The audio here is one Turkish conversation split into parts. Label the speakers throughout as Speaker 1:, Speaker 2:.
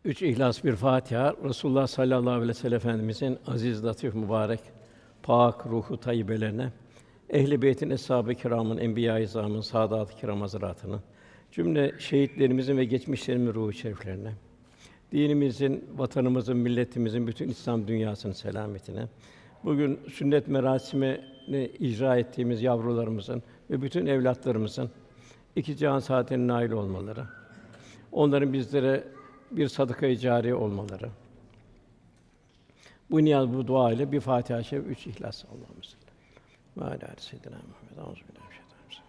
Speaker 1: Üç İhlas, bir Fatiha. Resulullah sallallahu aleyhi ve sellem Efendimizin aziz, latif, mübarek, pâk ruhu tayyibelerine, ehl-i beytin, eshâb-ı kirâmın, enbiya-i izâmın, sâdât-ı kirâm hazretlerinin, cümle şehitlerimizin ve geçmişlerimizin ruhu şeriflerine, dinimizin, vatanımızın, milletimizin, bütün İslam dünyasının selametine, bugün sünnet merasimini icra ettiğimiz yavrularımızın ve bütün evlatlarımızın iki cihan saadetine nail olmaları, onların bizlere bir sadaka-i câriye olmaları. Bu niyaz, bu dua ile bir Fatiha-i Şerif, üç İhlas. Allahümme salli ve alâ seyyidinâ Muhammed. Euzubillahimineşşeytanirracim.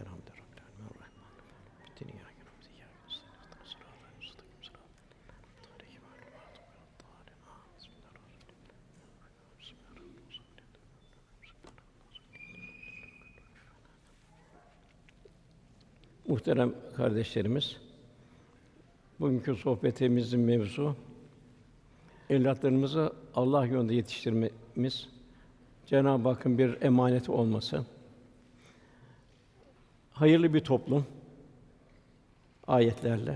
Speaker 1: Muhterem kardeşlerimiz, bugünkü sohbetimizin mevzu, evlatlarımızı Allah yolunda yetiştirmemiz, Cenab-ı Hakk'ın bir emaneti olması, hayırlı bir toplum ayetlerle.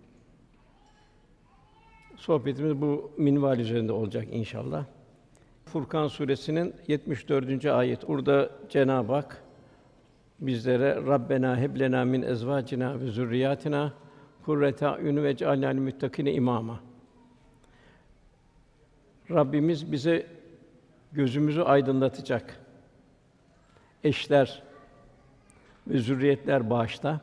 Speaker 1: Sohbetimiz bu minval üzerinde olacak inşallah. Furkan suresinin 74. ayet. Burada Cenab-ı Hak bizlere Rabbena heb lena min ezvacina ve zurriyatina kurrete a'yun vec'alna lil muttaqine imama. Rabbimiz bize gözümüzü aydınlatacak eşler ve zürriyetler bağışla.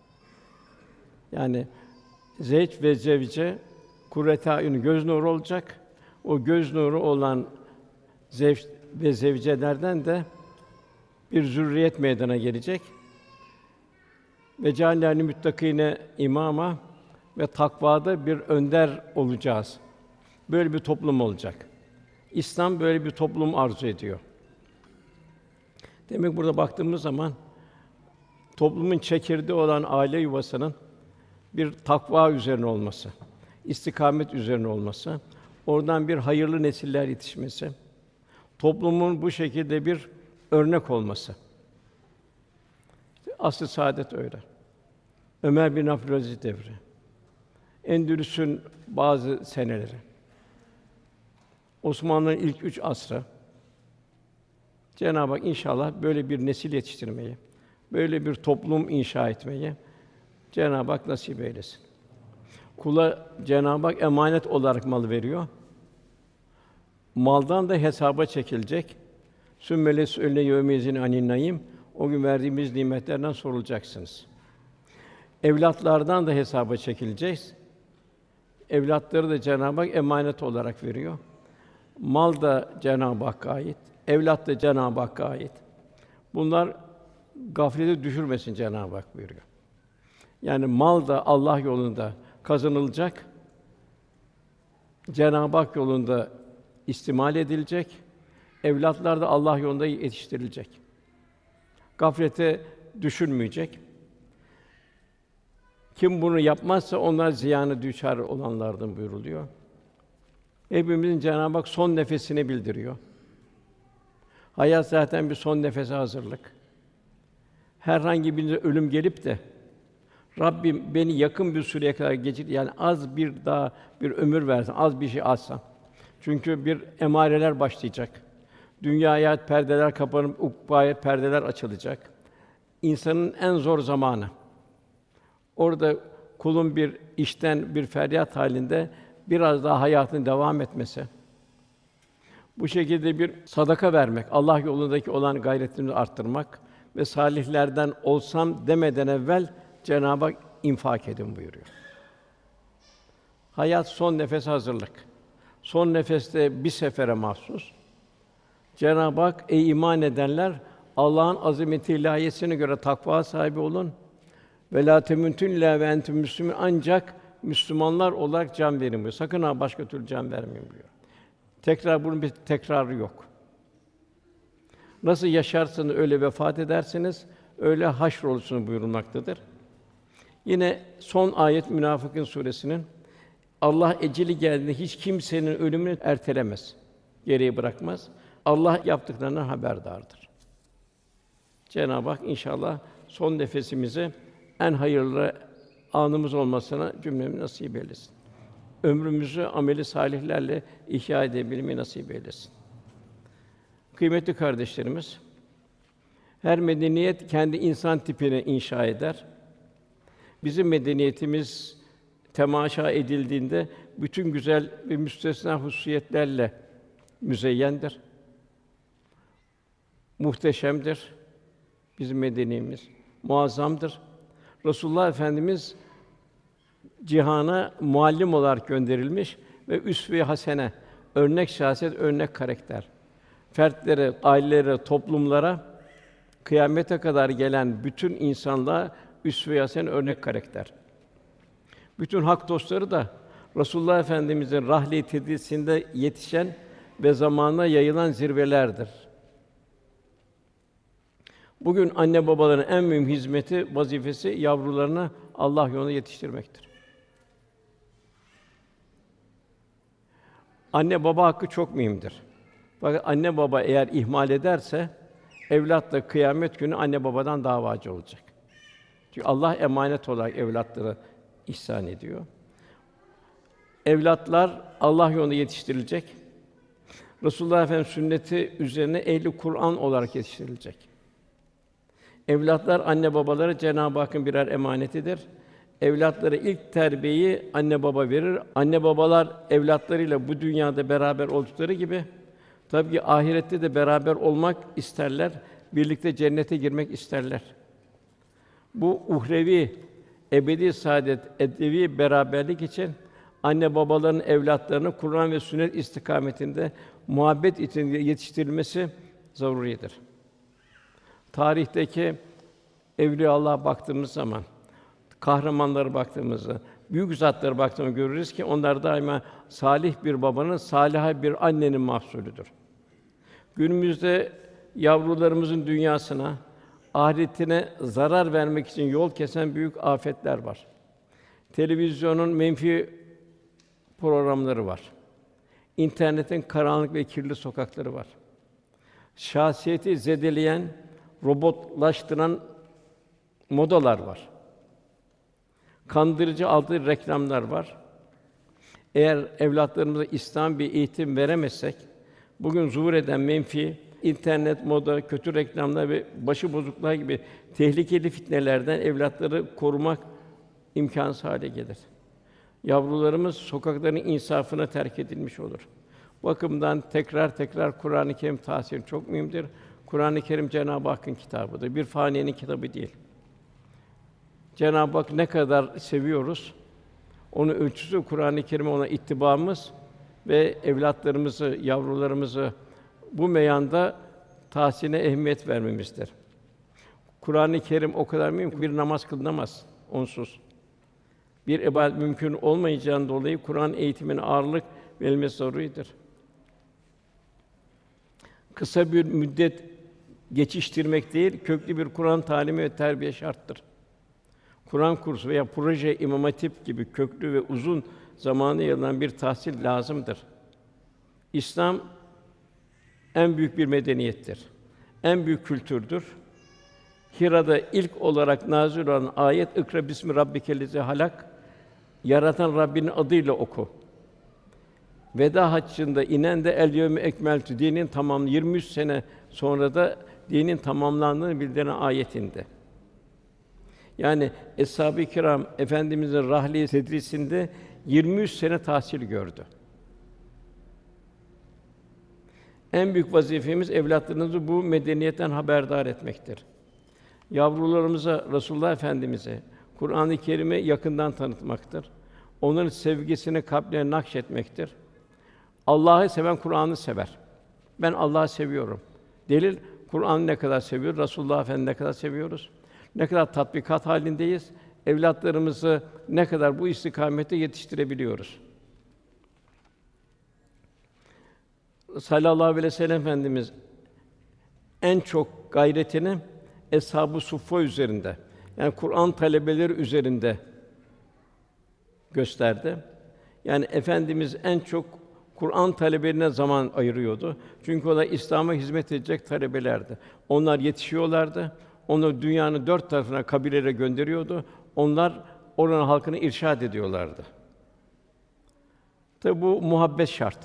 Speaker 1: Yani zevç ve zevce kurrete a'yun, göz nuru olacak. O göz nuru olan zevç ve zevcelerden de bir zürriyet meydana gelecek. Ve cealnâni müttakîne imâma, ve takvada bir önder olacağız. Böyle bir toplum olacak. İslam böyle bir toplum arzu ediyor. Demek burada baktığımız zaman toplumun çekirdeği olan aile yuvasının bir takva üzerine olması, istikamet üzerine olması, oradan bir hayırlı nesiller yetişmesi, toplumun bu şekilde bir örnek olması. Asr-ı saadet öyle. Ömer bin Abdülaziz devri, Endülüs'ün bazı seneleri, Osmanlı'nın ilk 3 asrı, Cenab-ı Hak inşallah böyle bir nesil yetiştirmeyi, böyle bir toplum inşa etmeyi Cenab-ı Hak nasip eylesin. Kula Cenab-ı Hak emanet olarak mal veriyor. Maldan da hesaba çekilecek. Sümme les'ûlne yevmeyzin anin naîm. O gün verdiğimiz nimetlerden sorulacaksınız. Evlatlardan da hesaba çekileceğiz. Evlatları da Cenab-ı Hak emanet olarak veriyor. Mal da Cenab-ı Hakk'a ait, evlat da Cenab-ı Hakk'a ait. Bunlar gaflete düşürmesin Cenab-ı Hak buyuruyor. Yani mal da Allah yolunda kazanılacak, Cenab-ı Hak yolunda istimal edilecek, evlatlar da Allah yolunda yetiştirilecek. Gaflete düşürmeyecek. Kim bunu yapmazsa onlar ziyanı düçar olanlardan buyuruluyor. Hepimizin Cenab-ı Hak son nefesini bildiriyor. Hayat zaten bir son nefese hazırlık. Herhangi birine ölüm gelip de Rabbim beni yakın bir süreye kadar geçir, yani az bir daha bir ömür versin, az bir şey alsam. Çünkü bir emareler başlayacak. Dünya hayat perdeler kapanıp ukba hayat perdeler açılacak. İnsanın en zor zamanı. Orada kulun bir işten bir feryat halinde biraz daha hayatın devam etmesi. Bu şekilde bir sadaka vermek, Allah yolundaki olan gayretimizi arttırmak ve salihlerden olsam demeden evvel Cenab-ı Hak infak edin buyuruyor. Hayat son nefes hazırlık. Son nefeste bir sefere mahsus. Cenab-ı Hak ey iman edenler Allah'ın azameti ilahiyesine göre takva sahibi olun. Ve lâ temûtun illâ ve entüm müslümûn, ancak Müslümanlar olarak can verin buyuruyor. Sakın ha başka türlü can vermeyin buyuruyor. Tekrar bunun bir tekrarı yok. Nasıl yaşarsanız öyle vefat edersiniz, öyle haşrolursunuz buyurulmaktadır. Yine son ayet Münafıkın suresinin Allah eceli geldiğinde hiç kimsenin ölümünü ertelemez, geriye bırakmaz. Allah yaptıklarından haberdardır. Cenab-ı Hak inşallah son nefesimizi en hayırlı anımız olmasına cümlemizi nasip eylesin. ömrümüzü ameli sâlihlerle ihya edebilmeyi nasip eylesin. Kıymetli kardeşlerimiz, her medeniyet kendi insan tipini inşa eder. Bizim medeniyetimiz temaşa edildiğinde bütün güzel ve müstesna hususiyetlerle müzeyyendir. Muhteşemdir. Bizim medeniyetimiz muazzamdır. Resulullah Efendimiz cihana muallim olarak gönderilmiş ve üsve-i hasene, örnek şahsiyet, örnek karakter. Fertlere, ailelere, toplumlara, kıyamete kadar gelen bütün insanlığa üsve-i hasene, örnek karakter. Bütün hak dostları da Resulullah Efendimizin rahle-i tedrisinde yetişen ve zamanına yayılan zirvelerdir. Bugün anne babaların en mühim hizmeti, vazifesi yavrularını Allah yolunda yetiştirmektir. Anne baba hakkı çok mühimdir. Fakat anne baba eğer ihmal ederse evlat da kıyamet günü anne babadan davacı olacak. Çünkü Allah emanet olarak evlatları ihsan ediyor. Evlatlar Allah yolunda yetiştirilecek. Resulullah Efendimiz sünneti üzerine ehli Kur'an olarak yetiştirilecek. Evlatlar anne babalara Cenab-ı Hakk'ın birer emanetidir. Evlatlara ilk terbiyeyi anne baba verir. Anne babalar evlatlarıyla bu dünyada beraber oldukları gibi tabii ki ahirette de beraber olmak isterler. Birlikte cennete girmek isterler. Bu uhrevi, ebedi saadet, ebedi beraberlik için anne babaların evlatlarını Kur'an ve sünnet istikametinde muhabbet içinde yetiştirilmesi zaruridir. Tarihteki evliyaullah'a baktığımız zaman, kahramanlara baktığımızda, büyük zatlara baktığımızda görürüz ki onlar daima salih bir babanın, saliha bir annenin mahsulüdür. Günümüzde yavrularımızın dünyasına, ahiretine zarar vermek için yol kesen büyük afetler var. Televizyonun menfi programları var. İnternetin karanlık ve kirli sokakları var. Şahsiyeti zedeleyen, robotlaştıran modalar var. Kandırıcı aldığı reklamlar var. Eğer evlatlarımıza İslam bir eğitim veremezsek, bugün zuhur eden menfi, internet, moda, kötü reklamlar ve başıbozuklar gibi tehlikeli fitnelerden evlatları korumak imkânsız hâle gelir. Yavrularımız sokakların insafına terk edilmiş olur. Bu bakımdan tekrar Kur'an-ı Kerim tahsili çok mühimdir. Kur'an-ı Kerim Cenab-ı Hakk'ın kitabıdır. Bir faniyenin kitabı değil. Cenab-ı Hak ne kadar seviyoruz, onun ölçüsü Kur'an-ı Kerim'e ona ittibamız ve evlatlarımızı, yavrularımızı bu meyanda tahsiline ehemmiyet vermemizdir. Kur'an-ı Kerim o kadar mühim ki bir namaz kılınamaz onsuz. Bir ibadet mümkün olmayacağından dolayı Kur'an eğitimine ağırlık verilmesi zaruridir. Kısa bir müddet geçiştirmek değil, köklü bir Kur'an talimi ve terbiye şarttır. Kur'an kursu veya proje İmam Hatip gibi köklü ve uzun zamana yayılan bir tahsil lazımdır. İslam en büyük bir medeniyettir. En büyük kültürdür. Hira'da ilk olarak nazil olan ayet "İkra bismi rabbikellezî halak" yaratan Rabbinin adıyla oku. Veda haccında inen de "El yevme ekmeltü" dinin 23 sene sonra da dinin tamamlandığını bildiren ayet indi. Yani Eshab-ı Kiram Efendimizin rahle-i tedrisinde 23 sene tahsil gördü. En büyük vazifemiz evlatlarımızı bu medeniyetten haberdar etmektir. Yavrularımıza Resulullah Efendimiz'e, Kur'an-ı Kerim'i yakından tanıtmaktır. Onların sevgisini kalplerine nakşetmektir. Allah'ı seven Kur'an'ı sever. Ben Allah'ı seviyorum. Delil Kur'an'ı ne kadar seviyoruz, Resulullah Efendimizi ne kadar seviyoruz, ne kadar tatbikat halindeyiz, evlatlarımızı ne kadar bu istikamette yetiştirebiliyoruz. Sallallahu aleyhi ve sellem Efendimiz en çok gayretini Eshab-ı Suffa üzerinde, yani Kur'an talebeleri üzerinde gösterdi. Yani Efendimiz en çok Kur'an talebelerine zaman ayırıyordu. Çünkü onlar İslam'a hizmet edecek talebelerdi. Onlar yetişiyorlardı. Onu dünyanın dört tarafına kabilelere gönderiyordu. Onlar oranın halkını irşad ediyorlardı. Tabi bu muhabbet şart.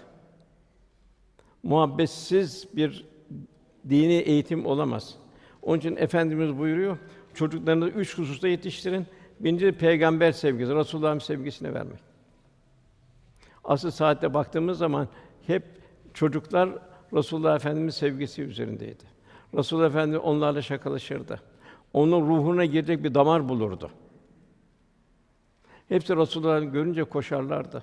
Speaker 1: Muhabbetsiz bir dini eğitim olamaz. Onun için Efendimiz buyuruyor, çocuklarınızı 3 hususta yetiştirin. Birincisi peygamber sevgisi, Resulullah'ın sevgisine vermek. Asıl saatte baktığımız zaman hep çocuklar Resulullah Efendimiz sevgisi üzerindeydi. Resulullah Efendimiz onlarla şakalaşırdı. Onun ruhuna girecek bir damar bulurdu. Hepsi Resulullah'ı görünce koşarlardı.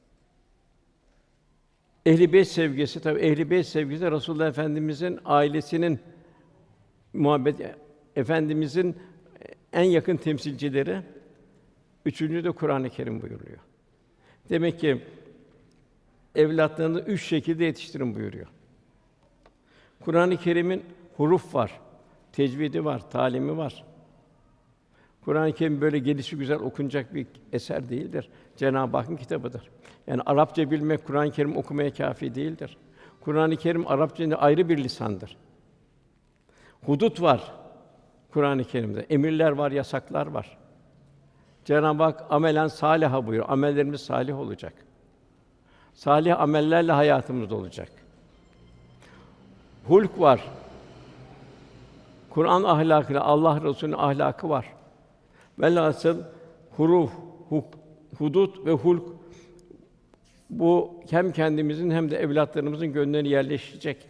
Speaker 1: Ehl-i Beyt sevgisi, tabii Ehl-i Beyt sevgisi de Resulullah Efendimizin ailesinin muhabbet, Efendimizin en yakın temsilcileri. Üçüncü de Kur'an-ı Kerim buyuruyor. Demek ki evlatlarınızı 3 şekilde yetiştirin buyuruyor. Kur'an-ı Kerim'in huruf var, tecvidi var, talimi var. Kur'an-ı Kerim böyle gelişigüzel okunacak bir eser değildir. Cenab-ı Hakk'ın kitabıdır. Yani Arapça bilmek Kur'an-ı Kerim okumaya kâfi değildir. Kur'an-ı Kerim Arapça'nın ayrı bir lisandır. Hudut var Kur'an-ı Kerim'de. Emirler var, yasaklar var. Cenab-ı Hak amelen sâliha buyuruyor. Amellerimiz salih olacak. Salih amellerle hayatımızda olacak. Hulk var. Kur'an ahlakıyla Allah Resulü'nün ahlakı var. Velhasıl huruf, hudut ve hulk bu hem kendimizin hem de evlatlarımızın gönlüne yerleşecek.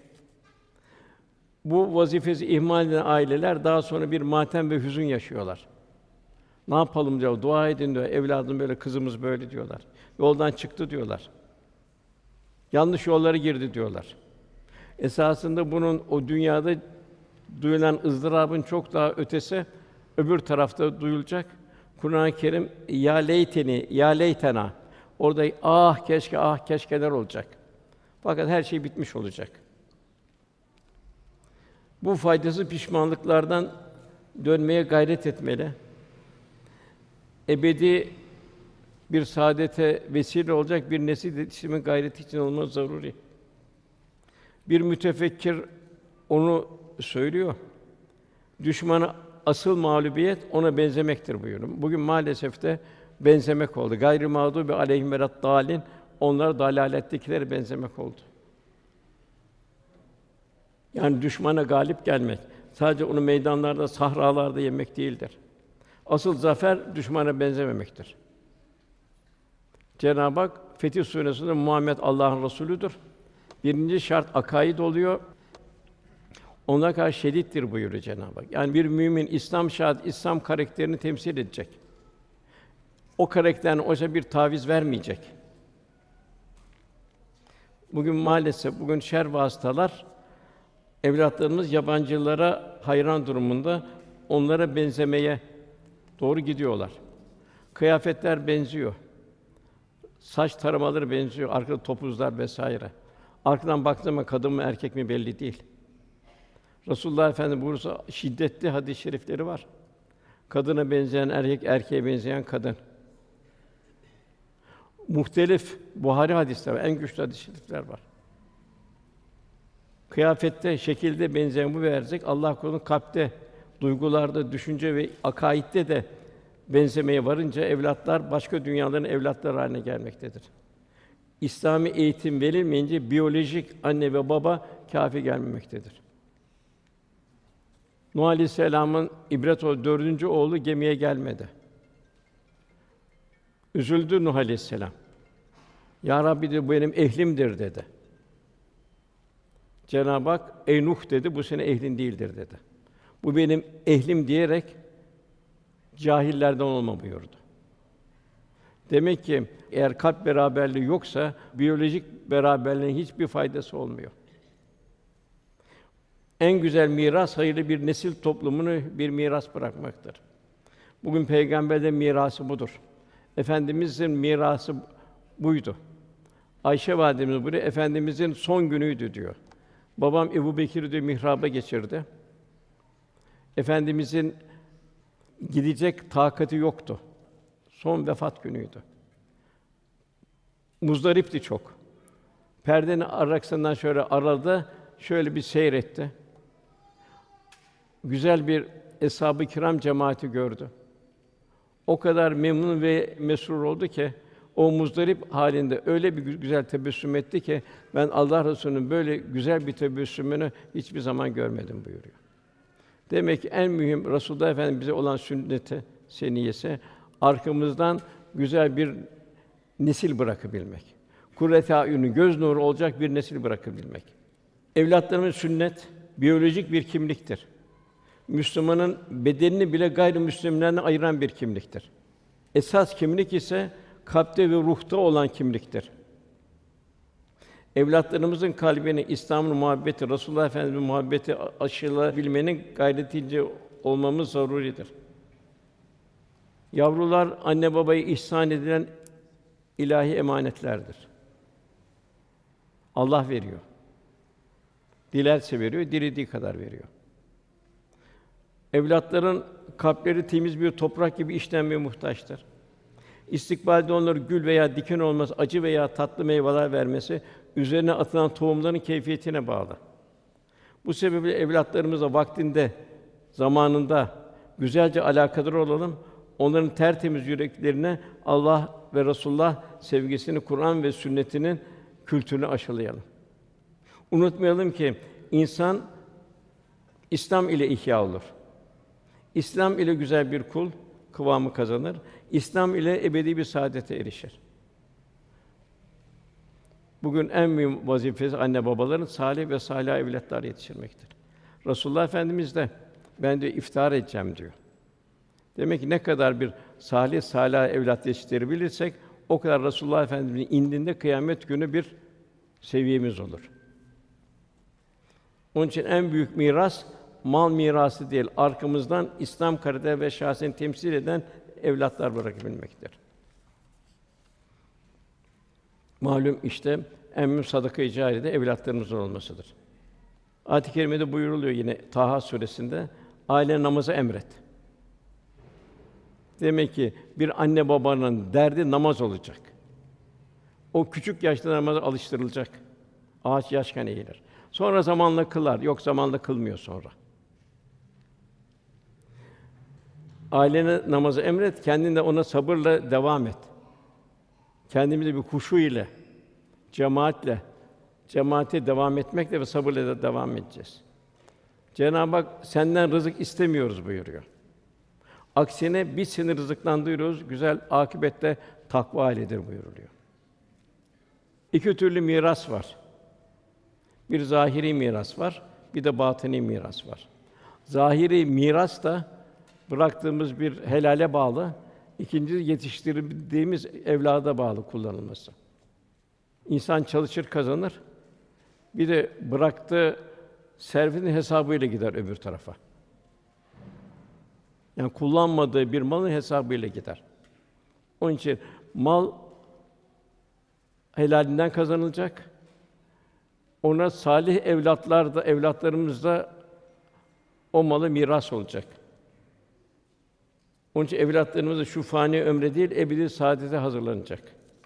Speaker 1: Bu vazifesi ihmal eden aileler daha sonra bir matem ve hüzün yaşıyorlar. Ne yapalım diyor, dua edin diyor, evladım böyle, kızımız böyle diyorlar. Yoldan çıktı diyorlar. Yanlış yollara girdi diyorlar. Esasında bunun o dünyada duyulan ızdırabın çok daha ötesi öbür tarafta duyulacak. Kur'an-ı Kerim ya leyteni, ya leytena. Orada ah keşke, ah keşkeler olacak. Fakat her şey bitmiş olacak. Bu faydasız pişmanlıklardan dönmeye gayret etmeli. Ebedi bir saadete vesile olacak bir nesil yetiştirme gayreti için olması zaruri. Bir mütefekkir onu söylüyor. Düşmana asıl mağlubiyet ona benzemektir buyuruyor. Bugün maalesef de benzemek oldu. Gayr-ı mağdûbi aleyhim veleddâlin, onlar dalalettekilere benzemek oldu. Yani düşmana galip gelmek, sadece onu meydanlarda, sahralarda yemek değildir. Asıl zafer düşmana benzememektir. Cenab-ı Hak Fetih Sûresinde Muhammed Allah'ın Resulüdür. Birinci şart akaid oluyor. Ona karşı şedittir buyuruyor Cenab-ı Hak. Yani bir mümin İslam şart, İslam karakterini temsil edecek. O karakterine oysa bir taviz vermeyecek. Bugün maalesef şer vasıtalar evlatlarımız yabancılara hayran durumunda, onlara benzemeye doğru gidiyorlar. Kıyafetler benziyor. Saç taramaları benziyor, arkada topuzlar vesaire. Arkadan baktığında kadın mı erkek mi belli değil. Resulullah Efendimiz buyursa şiddetli hadis-i şerifleri var. Kadına benzeyen erkek, erkeğe benzeyen kadın. Muhtelif Buhari hadisler var, en güçlü hadis-i şerifler var. Kıyafette, şekilde benzeyen bu verecek. Allah korusun kalpte, duygularda, düşünce ve akaidde de benzemeye varınca evlatlar başka dünyaların evlatları haline gelmektedir. İslami eğitim verilmeyince biyolojik anne ve baba kâfi gelmemektedir. Nuh Aleyhisselam'ın ibret o 4. oğlu gemiye gelmedi. Üzüldü Nuh Aleyhisselam. Ya Rabbi dedi, bu benim ehlimdir dedi. Cenab-ı Hak ey Nuh dedi, bu senin ehlin değildir dedi. Bu benim ehlim diyerek cahillerden olma buyurdu. Demek ki eğer kalp beraberliği yoksa biyolojik beraberliğin hiçbir faydası olmuyor. En güzel miras hayırlı bir nesil toplumunu bir miras bırakmaktır. Bugün peygamberlerin mirası budur. Efendimizin mirası buydu. Ayşe validemiz buyuruyor, Efendimizin son günüydü diyor. Babam Ebubekir diyor mihraba geçirdi. Efendimizin gidecek takati yoktu. Son vefat günüydü. Muzdaripti çok. Perdenin arkasından şöyle arada şöyle bir seyretti. Güzel bir eshab-ı kiram cemaati gördü. O kadar memnun ve mesrur oldu ki O muzdarip halinde öyle bir güzel tebessüm etti ki ben Allah Resulü'nün böyle güzel bir tebessümünü hiçbir zaman görmedim buyuruyor. Demek ki en mühim Resulullah Efendimiz bize olan sünnet-i seniyesi arkamızdan güzel bir nesil bırakabilmek. Kurret-i âyunun göz nuru olacak bir nesil bırakabilmek. Evlatlarımız sünnet, biyolojik bir kimliktir. Müslümanın bedenini bile gayrimüslimlerden ayıran bir kimliktir. Esas kimlik ise kalpte ve ruhta olan kimliktir. Evlatlarımızın kalbine İslam'ın muhabbeti, Resulullah Efendimiz'in muhabbeti aşılabilmenin gayretince olmamız zaruridir. Yavrular anne babaya ihsan edilen ilahi emanetlerdir. Allah veriyor. Dilerse veriyor, dilediği kadar veriyor. Evlatların kalpleri temiz bir toprak gibi işlenmeye muhtaçtır. İstikbalde onları gül veya diken olmaz, acı veya tatlı meyveler vermesi, üzerine atılan tohumların keyfiyetine bağlı. Bu sebeple evlatlarımıza vaktinde, zamanında güzelce alakadar olalım. Onların tertemiz yüreklerine Allah ve Resulullah sevgisini, Kur'an ve sünnetinin kültürünü aşılayalım. Unutmayalım ki insan İslam ile ihya olur. İslam ile güzel bir kul kıvamı kazanır. İslam ile ebedi bir saadete erişir. Bugün en mühim vazifesi anne babaların salih ve salih evlatlar yetiştirmektir. Resulullah Efendimiz de ben de iftihar edeceğim diyor. Demek ki ne kadar bir salih evlat yetiştirebilirsek o kadar Resulullah Efendimiz'in indinde kıyamet günü bir seviyemiz olur. Onun için en büyük miras mal mirası değil, arkamızdan İslam karakter ve şahsiyetini temsil eden evlatlar bırakabilmektir. Malum işte en mühim sadaka-i cariyede evlatlarımızın olmasıdır. Ayet-i kerimede buyuruluyor yine Taha suresinde aile namazı emret. Demek ki bir anne babanın derdi namaz olacak. O küçük yaşta namaza alıştırılacak. Ağaç yaşken eğilir. Sonra zamanla kılar. Yok zamanla kılmıyor sonra. Ailene namazı emret, kendin de ona sabırla devam et. Kendimizi bir huşu ile, cemaate devam etmekle ve sabırla da devam edeceğiz. Cenab-ı Hak senden rızık istemiyoruz buyuruyor. Aksine biz seni rızıklandırıyoruz, güzel akibette takva iledir buyuruluyor. İki türlü miras var. Bir zahiri miras var, bir de batini miras var. Zahiri miras da bıraktığımız bir helale bağlı, ikincisi yetiştirdiğimiz evlada bağlı kullanılması. İnsan çalışır kazanır, bir de bıraktığı servetin hesabıyla gider öbür tarafa. Yani kullanmadığı bir malın hesabıyla gider. Onun için mal helalinden kazanılacak. Ona salih evlatlarımız da o malı miras olacak. Onun için evlatlarımız da şu fani ömre değil, ebedi saadete hazırlanacak.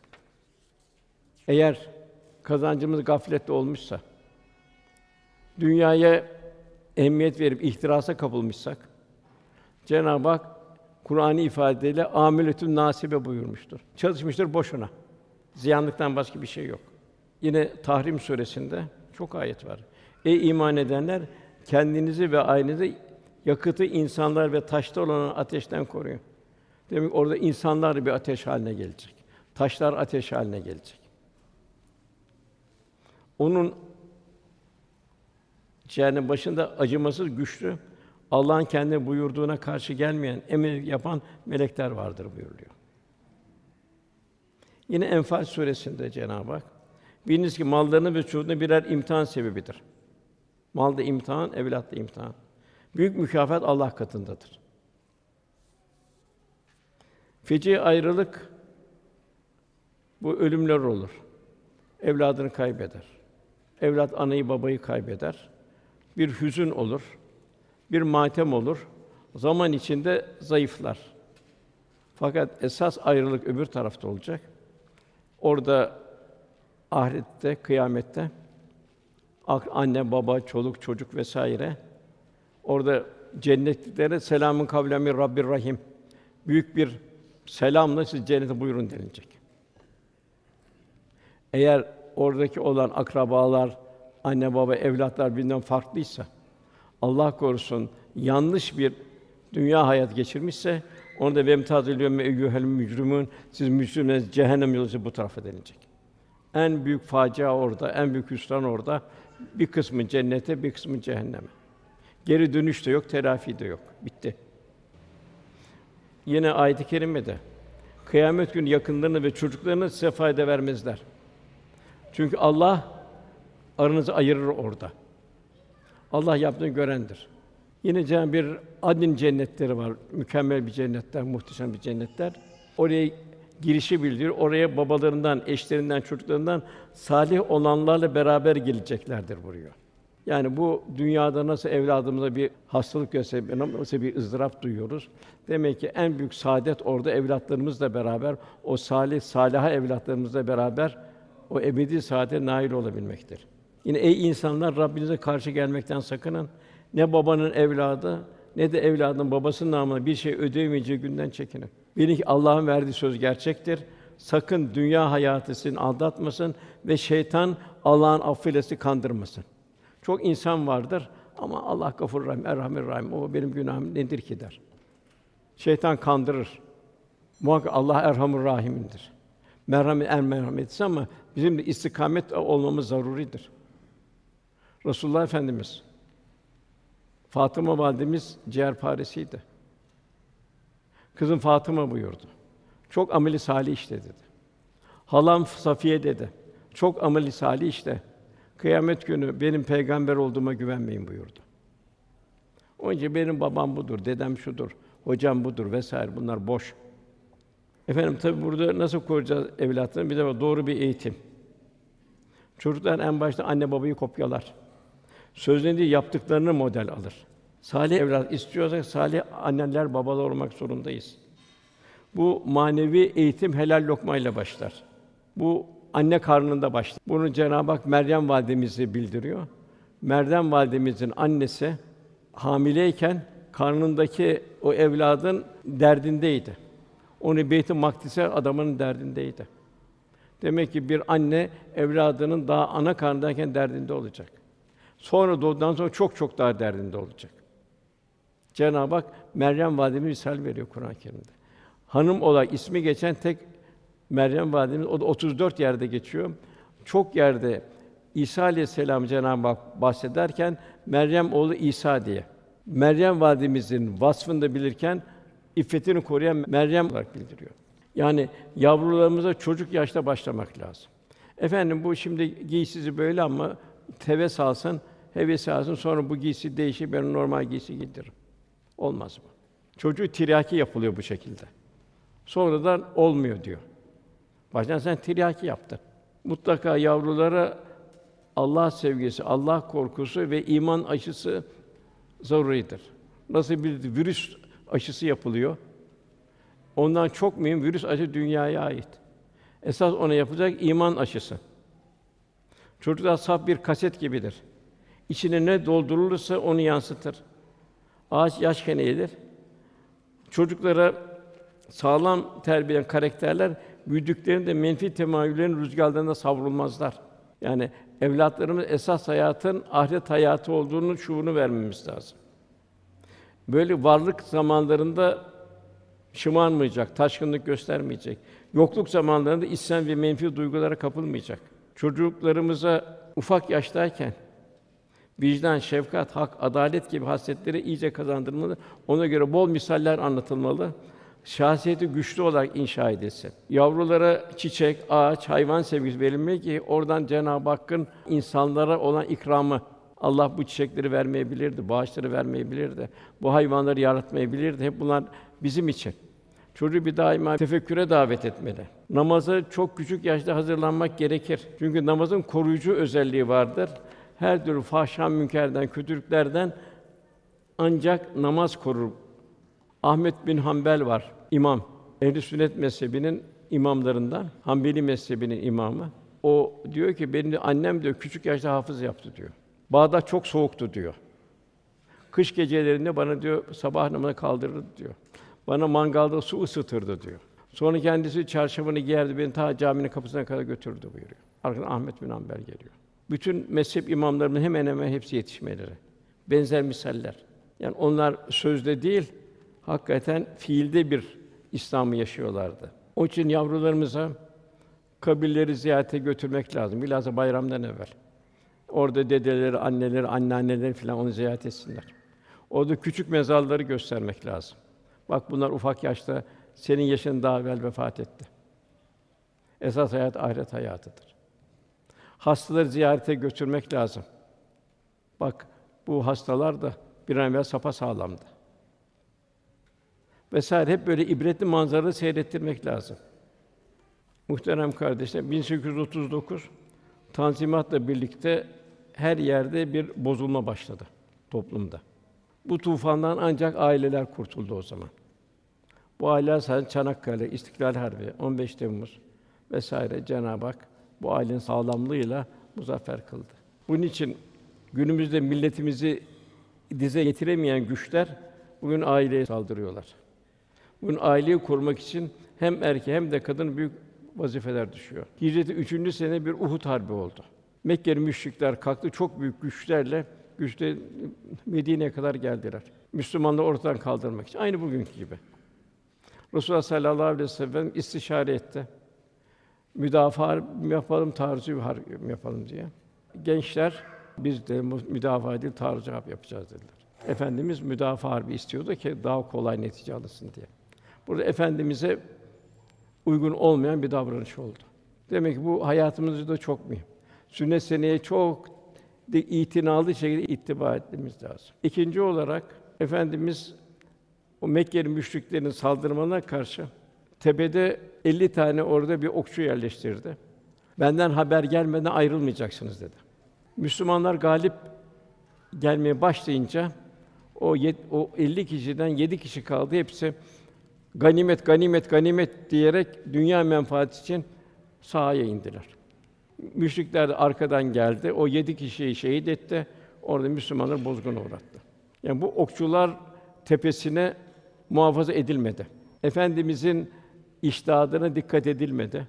Speaker 1: Eğer kazancımız gaflette olmuşsa, dünyaya ehemmiyet verip ihtirasa kapılmışsak, Cenab-ı Hak Kur'an-ı ifadeyle âmiletün nâsibe buyurmuştur. Çalışmıştır boşuna. Ziyanlıktan başka bir şey yok. Yine Tahrim suresinde çok ayet var. Ey iman edenler, kendinizi ve ailenizi yakıtı insanlar ve taşta olan ateşten koruyun. Demek orada insanlar bir ateş haline gelecek. Taşlar ateş haline gelecek. Onun cehennem başında acımasız, güçlü, Allah'ın kendine buyurduğuna karşı gelmeyen, emir yapan melekler vardır buyuruluyor. Yine Enfal suresinde Cenab-ı Hak biliniz ki mallarını ve çocuğunu birer imtihan sebebidir. Mal da imtihan, evlat da imtihan. Büyük mükafat Allah katındadır. Feci ayrılık bu ölümler olur. Evladını kaybeder. Evlat anayı babayı kaybeder. Bir hüzün olur. Bir matem olur. Zaman içinde zayıflar. Fakat esas ayrılık öbür tarafta olacak. Orada ahirette, kıyamette anne, baba, çoluk, çocuk vesaire orada cennetliklere selamun kavlen min Rabbir Rahim. Büyük bir selamla siz cennete buyurun denilecek. Eğer oradaki olan akrabalar, anne baba, evlatlar birbirinden farklıysa, Allah korusun yanlış bir dünya hayat geçirmişse, onu da vemtazil yevme eyyuhel mücrimun, siz mücrimler cehennem yolu bu tarafa denilecek. En büyük facia orada, en büyük hüsran orada. Bir kısmı cennete, bir kısmı cehenneme. Geri dönüş de yok, telafi de yok. Bitti. Yine ayet-i kerimede kıyamet günü yakınlarını ve çocuklarını size fayda vermezler. Çünkü Allah aranızı ayırır orada. Allah yaptığını görendir. Yine Cenab-ı bir adn cennetleri var. Mükemmel bir cennetler, muhteşem bir cennetler. Oraya girişi bildiriyor. Oraya babalarından, eşlerinden, çocuklarından salih olanlarla beraber geleceklerdir buyuruyor. Yani bu dünyada nasıl evladımıza bir hastalık gelse, nasıl bir ızdırap duyuyoruz. Demek ki en büyük saadet orada evlatlarımızla beraber, o salih, saliha evlatlarımızla beraber o ebedi saadete nail olabilmektir. Yine ey insanlar, Rabbinize karşı gelmekten sakının. Ne babanın evladı, ne de evladın babasının namına bir şey ödeyemeyeceği günden çekinin. Bilin ki Allah'ın verdiği söz gerçektir. Sakın dünya hayatı sizi aldatmasın ve şeytan Allah'ın affıyla sizi kandırmasın. Çok insan vardır ama Allah Gafur Rahim, Erhamir Rahim. O benim günahım nedir ki der. Şeytan kandırır. Muhakkak Allah Erhamur Rahim'indir. Merhamet en merhametlisi ama bizim de istikamet olmamız zaruridir. Resulullah Efendimiz Fatıma validemiz ciğerparesiydi. Kızım Fatıma buyurdu. Çok ameli salih işte dedi. Halam Safiye dedi. Çok ameli salih işte. Kıyamet günü benim peygamber olduğuma güvenmeyin buyurdu. Onun için benim babam budur, dedem şudur, hocam budur vesaire bunlar boş. Efendim tabi burada nasıl koruyacağız evlatlarını? Bir de doğru bir eğitim. Çocuklar en başta anne babayı kopyalar. Sözlerini değil, yaptıklarını model alır. Salih evlat istiyorsak salih anneler, babalar olmak zorundayız. Bu manevi eğitim helal lokmayla başlar. Bu anne karnında başlar. Bunu Cenab-ı Hak Meryem validemize bildiriyor. Meryem validemizin annesi hamileyken karnındaki o evladın derdindeydi. Onu Beyt-i Makdis'e adamının derdindeydi. Demek ki bir anne evladının daha ana karnındayken derdinde olacak. Sonra doğduktan sonra çok çok daha derdinde olacak. Cenab-ı Hak Meryem validemize misal veriyor Kur'an-ı Kerim'de. Hanım olarak ismi geçen tek Meryem validemiz, o da 34 yerde geçiyor. Çok yerde İsa aleyhisselam Cenab-ı Hak bahsederken Meryem oğlu İsa diye. Meryem validemizin vasfını da bilirken iffetini koruyan Meryem olarak bildiriyor. Yani yavrularımıza çocuk yaşta başlamak lazım. Efendim bu şimdi giysisi böyle ama heves alsın, sonra bu giysi değişir, ben normal giysi giydiririm. Olmaz mı? Çocuğu tiryaki yapılıyor bu şekilde. Sonradan olmuyor diyor. Baştan sen tiryaki yaptın. Mutlaka yavrulara Allah sevgisi, Allah korkusu ve iman aşısı zaruridir. Nasıl bir virüs aşısı yapılıyor? Ondan çok mühim virüs aşı dünyaya ait. Esas ona yapılacak iman aşısı. Çocuklar saf bir kaset gibidir. İçine ne doldurulursa onu yansıtır. Ağaç yaşken eğilir. Çocuklara sağlam terbiye karakterler büyüdüklerinde menfi temayüllerin rüzgârlarında savrulmazlar. Yani evlatlarımız esas hayatın ahiret hayatı olduğunu şuurunu vermemiz lazım. Böyle varlık zamanlarında şımarmayacak, taşkınlık göstermeyecek. Yokluk zamanlarında isyan ve menfi duygulara kapılmayacak. Çocuklarımıza ufak yaştayken vicdan, şefkat, hak, adalet gibi hasletleri iyice kazandırmalı. Ona göre bol misaller anlatılmalı. Şahsiyeti güçlü olarak inşa edilsin. Yavrulara çiçek, ağaç, hayvan sevgisi verilmeli ki oradan Cenab-ı Hakk'ın insanlara olan ikramı. Allah bu çiçekleri vermeyebilirdi, bu ağaçları vermeyebilirdi, bu hayvanları yaratmayabilirdi. Hep bunlar bizim için. Çocuğu bir daima tefekküre davet etmeli. Namaza çok küçük yaşta hazırlanmak gerekir. Çünkü namazın koruyucu özelliği vardır. Her türlü fahşa münkerden, kötülüklerden ancak namaz korur. Ahmet bin Hanbel var, imam. Ehl-i Sünnet mezhebinin imamlarından, Hanbeli mezhebinin imamı. O diyor ki benim annem diyor küçük yaşta hafız yaptı diyor. Bağdat çok soğuktu diyor. Kış gecelerinde bana diyor sabah namazına kaldırırdı diyor. Bana mangalda su ısıtırdı diyor. Sonra kendisi çarşafını giyerdi, beni ta caminin kapısına kadar götürdü buyuruyor. Arkadan Ahmed bin Hanbel geliyor. Bütün mezhep imamlarının hemen hemen hepsi yetişmeleri. Benzer misaller. Yani onlar sözde değil, hakikaten fiilde bir İslam'ı yaşıyorlardı. Onun için yavrularımıza kabirleri ziyarete götürmek lazım. Bilhassa bayramdan evvel. Orada dedeleri, anneleri, anneanneleri filan onu ziyaret etsinler. Orada küçük mezarları göstermek lazım. Bak bunlar ufak yaşta senin yaşın daha evvel vefat etti. Esas hayat ahiret hayatıdır. Hastaları ziyarete götürmek lazım. Bak bu hastalar da bir an evvel sapasağlamdı. Vesaire hep böyle ibretli manzaraları seyrettirmek lazım. Muhterem kardeşler, 1839 Tanzimat'la birlikte her yerde bir bozulma başladı toplumda. Bu tufandan ancak aileler kurtuldu o zaman. Bu aileler sadece Çanakkale, İstiklal Harbi, 15 Temmuz vesaire Cenab-ı Hak bu ailenin sağlamlığıyla muzaffer kıldı. Bunun için günümüzde milletimizi dize getiremeyen güçler bugün aileye saldırıyorlar. Bugün aileyi korumak için hem erkeğe hem de kadına büyük vazifeler düşüyor. Hicretin 3. sene bir Uhud harbi oldu. Mekke'li müşrikler kalktı, çok büyük güçlerle Medine'ye kadar geldiler. Müslümanları ortadan kaldırmak için. Aynı bugünkü gibi. Resulullah sallallahu aleyhi ve sellem istişare etti. Müdafaa mı yapalım, taarruzu mı yapalım diye. Gençler, biz de müdafaa değil, taarruz yapacağız dediler. Efendimiz müdafaa harbi istiyordu ki daha kolay netice alınsın diye. Burada Efendimiz'e uygun olmayan bir davranış oldu. Demek ki bu hayatımızda çok mühim. Sünnet seneye çok itinalı şekilde ittiba etmemiz lazım. İkinci olarak Efendimiz o Mekkeli müşriklerin saldırmalarına karşı tepede 50 tane orada bir okçu yerleştirdi. Benden haber gelmeden ayrılmayacaksınız dedi. Müslümanlar galip gelmeye başlayınca o 50 kişiden 7 kişi kaldı. Hepsi ganimet, ganimet, ganimet diyerek dünya menfaati için sahaya indiler. Müşrikler de arkadan geldi. O 7 kişiyi şehit etti. Orada Müslümanlar bozguna uğrattı. Yani bu okçular tepesine muhafaza edilmedi. Efendimizin iştihadına dikkat edilmedi.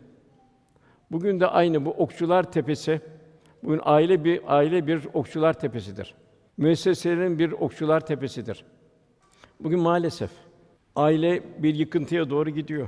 Speaker 1: Bugün de aynı bu okçular tepesi. Bugün aile bir okçular tepesidir. Müesseselerin bir okçular tepesidir. Bugün maalesef aile bir yıkıntıya doğru gidiyor.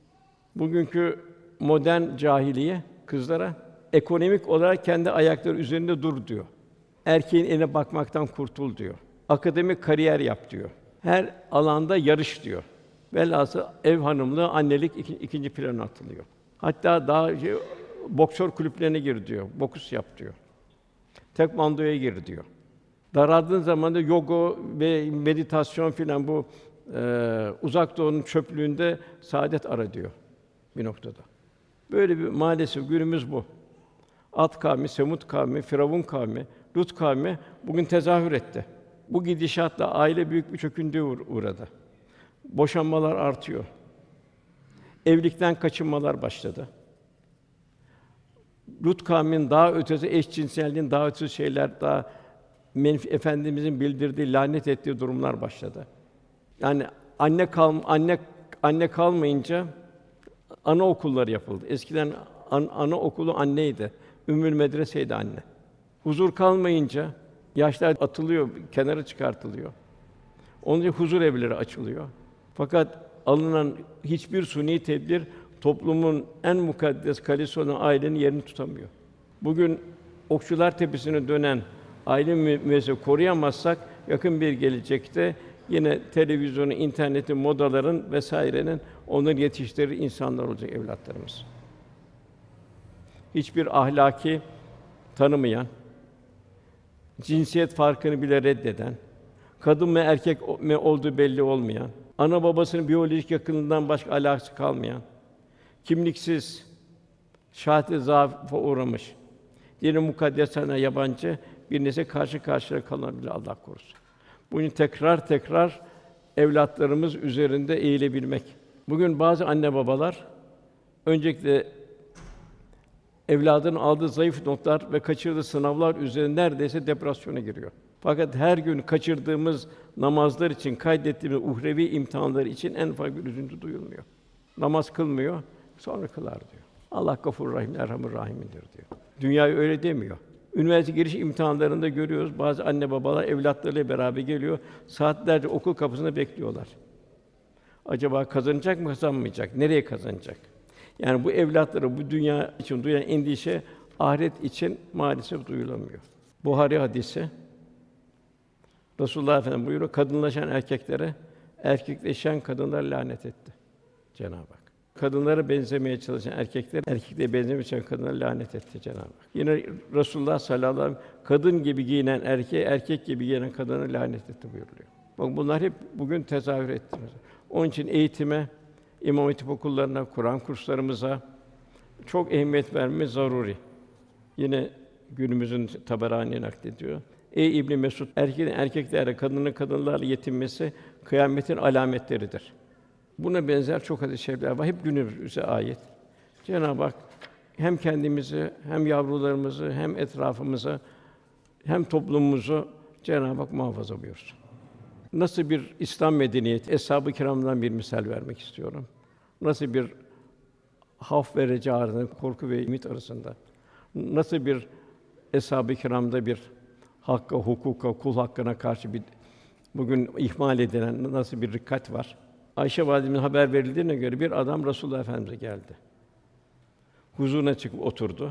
Speaker 1: Bugünkü modern cahiliye kızlara ekonomik olarak kendi ayakları üzerinde dur diyor. Erkeğin eline bakmaktan kurtul diyor. Akademik kariyer yap diyor. Her alanda yarış diyor. Velhasıl ev hanımlığı, annelik ikinci plana atılıyor. Hatta boksör kulüplerine gir diyor. Boks yap diyor. Tekvandoya gir diyor. Daraldığın zaman da yoga ve meditasyon filan bu Uzak Doğu'nun çöplüğünde saadet ara diyor bir noktada. Böyle bir maalesef günümüz bu. Ad kavmi, Semud kavmi, Firavun kavmi, Lut kavmi bugün tezahür etti. Bu gidişatla aile büyük bir çöküntüye uğradı. Boşanmalar artıyor. Evlilikten kaçınmalar başladı. Lut kavminin daha ötesi eşcinselliğin daha ötesi şeyler daha Efendimizin bildirdiği, lanet ettiği durumlar başladı. Yani anne kalmayınca anaokulları yapıldı. Eskiden anaokulu anneydi. Ümmül medreseydi anne. Huzur kalmayınca yaşlar atılıyor, kenara çıkartılıyor. Onun için huzur evleri açılıyor. Fakat alınan hiçbir suni tedbir toplumun en mukaddes kalesi olan ailenin yerini tutamıyor. Bugün Okçular Tepesi'ne dönen aile müessesesi koruyamazsak yakın bir gelecekte yine televizyonun, internetin, modaların vesairenin onları yetiştirir insanlar olacak evlatlarımız. Hiçbir ahlaki tanımayan, cinsiyet farkını bile reddeden, kadın mı erkek mi olduğu belli olmayan, ana babasının biyolojik yakınlığından başka alakası kalmayan, kimliksiz, şahit-i zaafa uğramış, dinin mukaddeslerine yabancı bir nesle karşı karşıya kalabilir Allah korusun. Bunu tekrar evlatlarımız üzerinde eğilebilmek. Bugün bazı anne babalar öncelikle evladının aldığı zayıf notlar ve kaçırdığı sınavlar üzerine neredeyse depresyona giriyor. Fakat her gün kaçırdığımız namazlar için, kaydettiğimiz uhrevi imtihanlar için en ufak bir üzüntü duyulmuyor. Namaz kılmıyor, sonra kılar diyor. Allah Gafur Rahim, Erhamur Rahim'dir diyor. Dünyayı öyle demiyor. Üniversite giriş imtihanlarında görüyoruz, bazı anne babalar evlatlarıyla beraber geliyor, saatlerce okul kapısında bekliyorlar. Acaba kazanacak mı, kazanmayacak? Nereye kazanacak? Yani bu evlatları bu dünya için duyan endişe ahiret için maalesef duyulamıyor. Buhari hadisi Resulullah Efendimiz buyuruyor, kadınlaşan erkeklere, erkekleşen kadınlara lanet etti Cenab-ı Hak. Kadınlara benzemeye çalışan erkekler, erkeklere benzemeye çalışan kadınlara lanet etti Cenab-ı Hak. Yine Resulullah sallallahu aleyhi ve sellem kadın gibi giyinen erkeğe, erkek gibi giyinen kadına lanet etti buyuruyor. Bak bunlar hep bugün tezahür etti. Onun için eğitime, İmam Hatip okullarına, Kur'an kurslarımıza çok ehemmiyet vermemiz zaruri. Yine günümüzün Taberani naklediyor. Ey İbn Mesud, erkeğin erkeklerle, kadının kadınlarla yetinmesi kıyametin alametleridir. Buna benzer çok hadis-i şerifler var. Hep günümüze ait. Cenab-ı Hak hem kendimizi, hem yavrularımızı, hem etrafımızı, hem toplumumuzu Cenab-ı Hak muhafaza buyursun. Nasıl bir İslam medeniyeti, Eshab-ı Kiram'dan bir misal vermek istiyorum. Nasıl bir havf ve reca arasında, korku ve ümit arasında, nasıl bir Eshab-ı Kiram'da bir hakka, hukuka, kul hakkına karşı bir bugün ihmal edilen nasıl bir rikkat var. Ayşe validemizin haber verildiğine göre bir adam Resulullah Efendimiz'e geldi. Huzuruna çıkıp oturdu.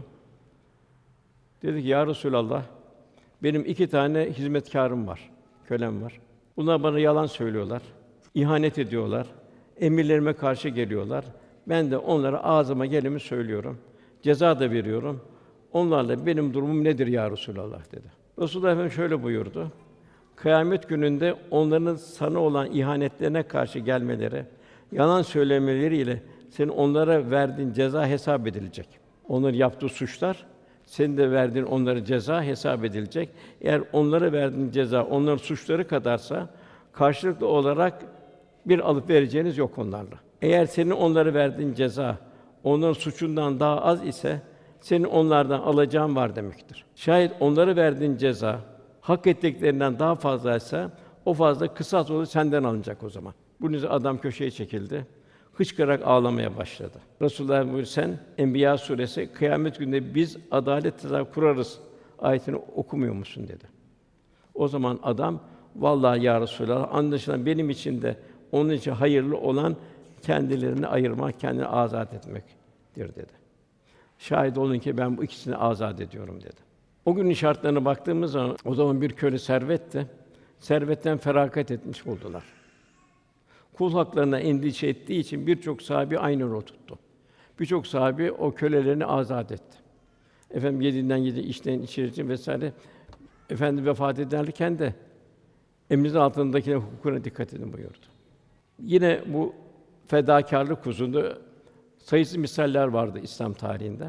Speaker 1: Dedi ki: "Ya Resulallah, benim 2 tane hizmetkârım var, kölem var. Bunlar bana yalan söylüyorlar, ihanet ediyorlar, emirlerime karşı geliyorlar. Ben de onlara ağzıma geleni söylüyorum, ceza da veriyorum. Onlarla benim durumum nedir ya Resulallah?" dedi. Resulullah Efendimiz şöyle buyurdu: "Kıyamet gününde onların sana olan ihanetlerine karşı gelmeleri, yalan söylemeleriyle senin onlara verdiğin ceza hesap edilecek. Onların yaptığı suçlar, senin de verdiğin onlara ceza hesap edilecek. Eğer onlara verdiğin ceza onların suçları kadarsa karşılıklı olarak bir alıp vereceğiniz yok onlarla. Eğer senin onlara verdiğin ceza onların suçundan daha az ise senin onlardan alacağın var demektir. Şayet onlara verdiğin ceza hak ettiklerinden daha fazlaysa o fazla kısas olur senden alınacak o zaman." Bunun üzerine adam köşeye çekildi. Hıçkırarak ağlamaya başladı. Resulullah buyuruyor, "Sen Enbiya suresi kıyamet gününde biz adalet tezahür kurarız ayetini okumuyor musun?" dedi. O zaman adam, "Vallahi ya Resulallah, anlaşılan benim için de onun için hayırlı olan kendilerini ayırmak, kendini azat etmektir." dedi. "Şahit olun ki ben bu ikisini azat ediyorum." dedi. O günün şartlarına baktığımız zaman o zaman bir köle servetti. Servetten feragat etmiş oldular. Kul haklarına endişe ettiği için birçok sahabi aynı yolu tuttu. Birçok sahabi o kölelerini azat etti. Efendim yediğinden yedi, içtiğinden içirdi vesaire. Efendi vefat ederken de emrinizin altındaki hukukuna dikkat edin buyurdu. Yine bu fedakârlık hususunda sayısız misaller vardı İslam tarihinde.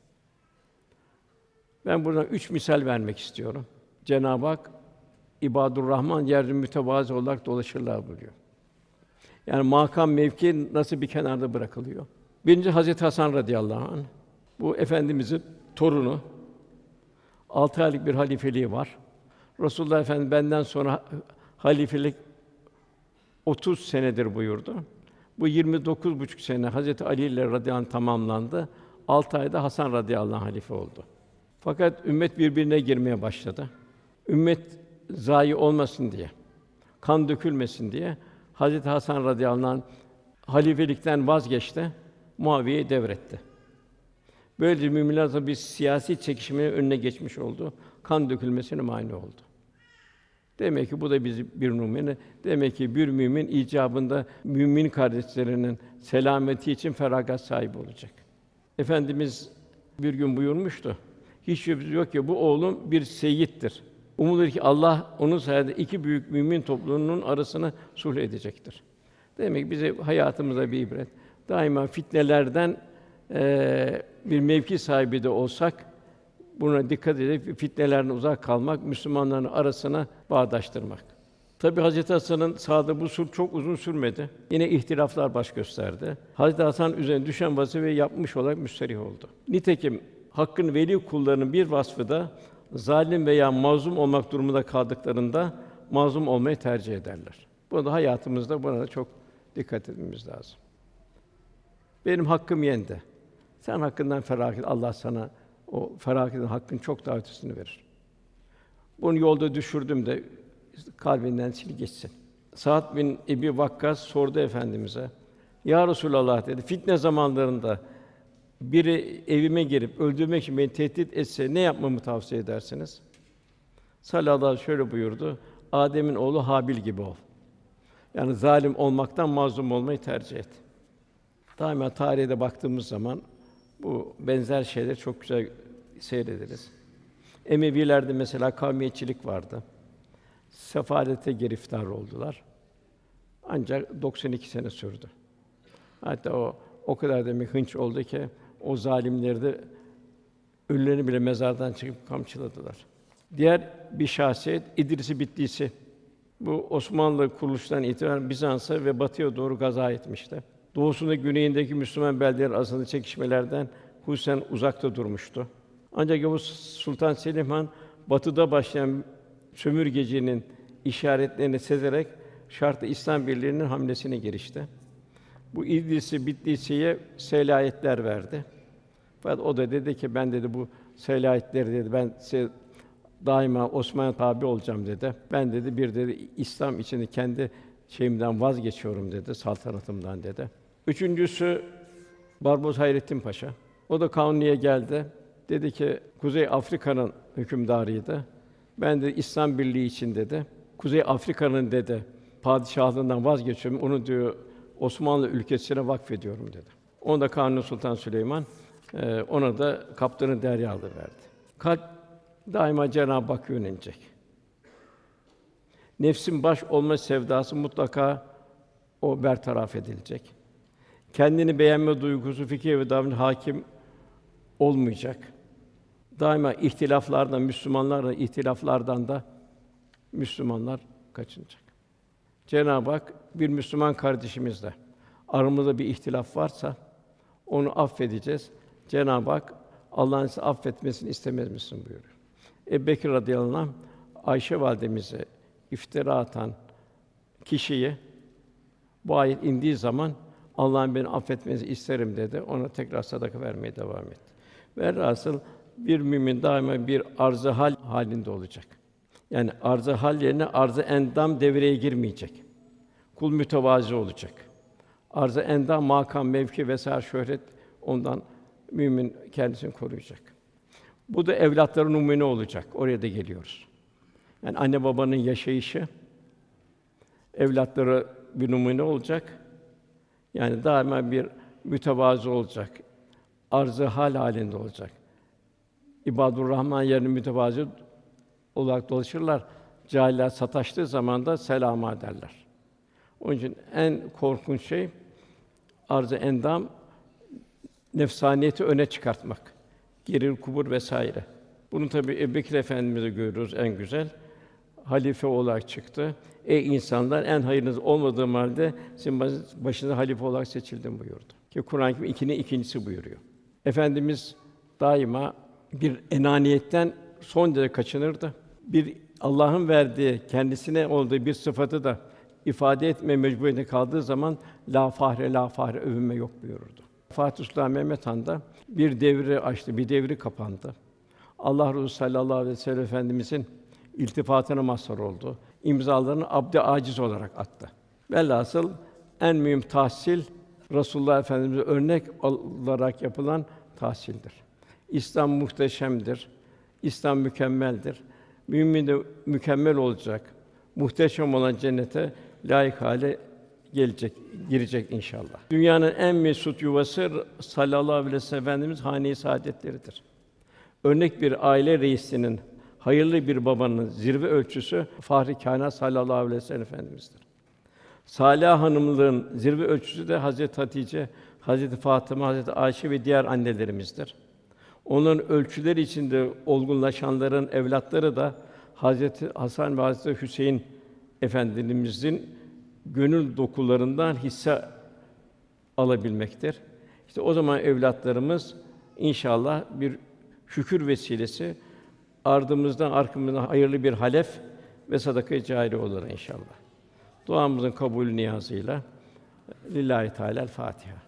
Speaker 1: Ben buradan 3 misal vermek istiyorum. Cenab-ı Hak İbâdurrahman yerde mütevazı olarak dolaşırlar buyuruyor. Yani makam mevki nasıl bir kenarda bırakılıyor. Birinci Hazreti Hasan radıyallahu anh. Bu efendimizin torunu. 6 aylık bir halifeliği var. Resulullah Efendimiz benden sonra halifelik 30 senedir buyurdu. Bu 29,5 sene Hazreti Ali ile radıyallahu anh tamamlandı. 6 ayda Hasan radıyallahu anh halife oldu. Fakat ümmet birbirine girmeye başladı. Ümmet zayi olmasın diye, kan dökülmesin diye Hazreti Hasan radıyallahu anh halifelikten vazgeçti, Muaviye'ye devretti. Böylece müminler arasında bir siyasi çekişmenin önüne geçmiş oldu, kan dökülmesine mani oldu. Demek ki bu da bizi bir numune. Demek ki bir mümin icabında mümin kardeşlerinin selameti için feragat sahibi olacak. Efendimiz bir gün buyurmuştu. Hiç şüphesiz yok ki bu oğlum bir seyyiddir. Umulur ki Allah onun sayesinde 2 büyük mümin topluluğunun arasını sulh edecektir. Demek ki bize hayatımıza bir ibret. Daima fitnelerden bir mevki sahibi de olsak buna dikkat edip fitnelerden uzak kalmak, Müslümanların arasına bağdaştırmak. Tabii Hazreti Hasan'ın sağladığı bu sulh çok uzun sürmedi. Yine ihtilaflar baş gösterdi. Hazreti Hasan üzerine düşen vazifeyi yapmış olarak müsterih oldu. Nitekim Hakk'ın veli kullarının bir vasfı da zalim veya mazlum olmak durumunda kaldıklarında mazlum olmayı tercih ederler. Bu da hayatımızda buna da çok dikkat etmemiz lazım. Benim hakkım yendi. Sen hakkından feragat et. Allah sana o feragatın hakkın çok daha ötesini verir. Bunu yolda düşürdüm de kalbinden sil geçsin. Sa'd bin Ebi Vakkas sordu Efendimiz'e. Ya Resulallah dedi, fitne zamanlarında biri evime girip öldürmek için beni tehdit etse ne yapmamı tavsiye edersiniz? Sallallahu aleyhi ve sellem şöyle buyurdu. Adem'in oğlu Habil gibi ol. Yani zalim olmaktan mazlum olmayı tercih et. Daima tarihe de baktığımız zaman bu benzer şeyleri çok güzel seyrederiz. Emevilerde mesela kavmiyetçilik vardı. Sefalete giriftar oldular. Ancak 92 sene sürdü. Hatta o kadar demek hınç oldu ki o zalimleri de ölülerini bile mezardan çıkıp kamçıladılar. Diğer bir şahsiyet İdris-i Bitlisi. Bu Osmanlı kuruluşundan itibaren Bizans'a ve batıya doğru gaza etmişti. Doğusunda güneyindeki Müslüman beldelerin arasındaki çekişmelerden hususen uzakta durmuştu. Ancak Yavuz Sultan Selim Han batıda başlayan sömürgeciliğin işaretlerini sezerek şart-ı İslam birliğinin hamlesine girişti. Bu İdris-i Bitlisi'ye selayetler verdi. Fakat o da dedi ki ben dedi bu selayetleri dedi ben size daima Osmanlı tabi olacağım dedi. Ben dedi bir dedi İslam içinde kendi şeyimden vazgeçiyorum dedi, saltanatımdan dedi. Üçüncüsü Barbaros Hayrettin Paşa. O da Kanuni'ye geldi. Dedi ki Kuzey Afrika'nın hükümdarıydı. Ben de İslam birliği için dedi. Kuzey Afrika'nın dedi padişahlığından vazgeçiyorum. Onu diyor Osmanlı ülkesine vakfediyorum dedi. Onu da Kanuni Sultan Süleyman ona da Kaptanı Deryalı verdi. Kalp daima Cenab-ı Hakk'a yönelecek. Nefsin baş olma sevdası mutlaka o bertaraf edilecek. Kendini beğenme duygusu fikir ve davranış hakim olmayacak. Daima ihtilaflardan, Müslümanlarla ihtilaflardan da Müslümanlar kaçınacak. Cenab-ı Hak bir Müslüman kardeşimizle aramızda bir ihtilaf varsa onu affedeceğiz. Cenab-ı Hak Allah'ın sizi affetmesini istemez misin buyuruyor. Ebubekir radıyallahu anh Ayşe validemize iftira atan kişiyi bu ayet indiği zaman Allah'ın beni affetmesini isterim dedi. Ona tekrar sadaka vermeye devam etti. Velhasıl bir mümin daima bir arz-ı hal halinde olacak. Yani arz-ı hal yerine arz-ı endam devreye girmeyecek. Kul mütevazı olacak. Arz-ı endam makam, mevki vesaire şöhret ondan mümin kendisini koruyacak. Bu da evlatların numune olacak. Oraya da geliyoruz. Yani anne babanın yaşayışı evlatlara bir numune olacak. Yani daima bir mütevazı olacak. Arz-ı hal halinde olacak. İbadur-Rahman yerine mütevazı olarak dolaşırlar. Cahiller sataştığı zaman da selama derler. Onun için en korkunç şey arz-ı endam nefsaniyeti öne çıkartmak. Gerir kubur vesaire. Bunu tabii Ebubekir Efendimiz'e görüyoruz en güzel. Halife olarak çıktı. Ey insanlar en hayırınız olmadığım halde sizin başınıza halife olarak seçildim buyurdu. Ki Kur'an-ı Kerim ikinin ikincisi buyuruyor. Efendimiz daima bir enaniyetten son derece kaçınırdı. Bir Allah'ın verdiği, kendisine olduğu bir sıfatı da ifade etme mecburiyetinde kaldığı zaman la fahre övünme yok buyururdu. Fatih Sultan Mehmet Han da bir devri açtı, bir devri kapandı. Allah Resulü sallallahu aleyhi ve sellem Efendimizin iltifatına mazhar oldu. İmzalarını abd-i aciz olarak attı. Velhasıl en mühim tahsil Resulullah Efendimiz'e örnek olarak yapılan tahsildir. İslam muhteşemdir. İslam mükemmeldir. Mümin de mükemmel olacak. Muhteşem olan cennete layık hale girecek inşallah. Dünyanın en mesut yuvası sallallahu aleyhi ve sellem Efendimiz hane-i saadetleridir. Örnek bir aile reisinin, hayırlı bir babanın zirve ölçüsü Fahri Kâinat sallallahu aleyhi ve sellem Efendimiz'dir. Salih hanımlığın zirve ölçüsü de Hazreti Hatice, Hazreti Fatıma, Hazreti Ayşe ve diğer annelerimizdir. Onların ölçüleri içinde olgunlaşanların evlatları da Hazreti Hasan ve Hazreti Hüseyin Efendimizin gönül dokularından hisse alabilmektir. İşte o zaman evlatlarımız inşallah bir şükür vesilesi ardımızdan arkamızdan hayırlı bir halef ve sadaka-i câriye olur inşallah. Duamızın kabulü niyazıyla Lillahi Teala Fatiha.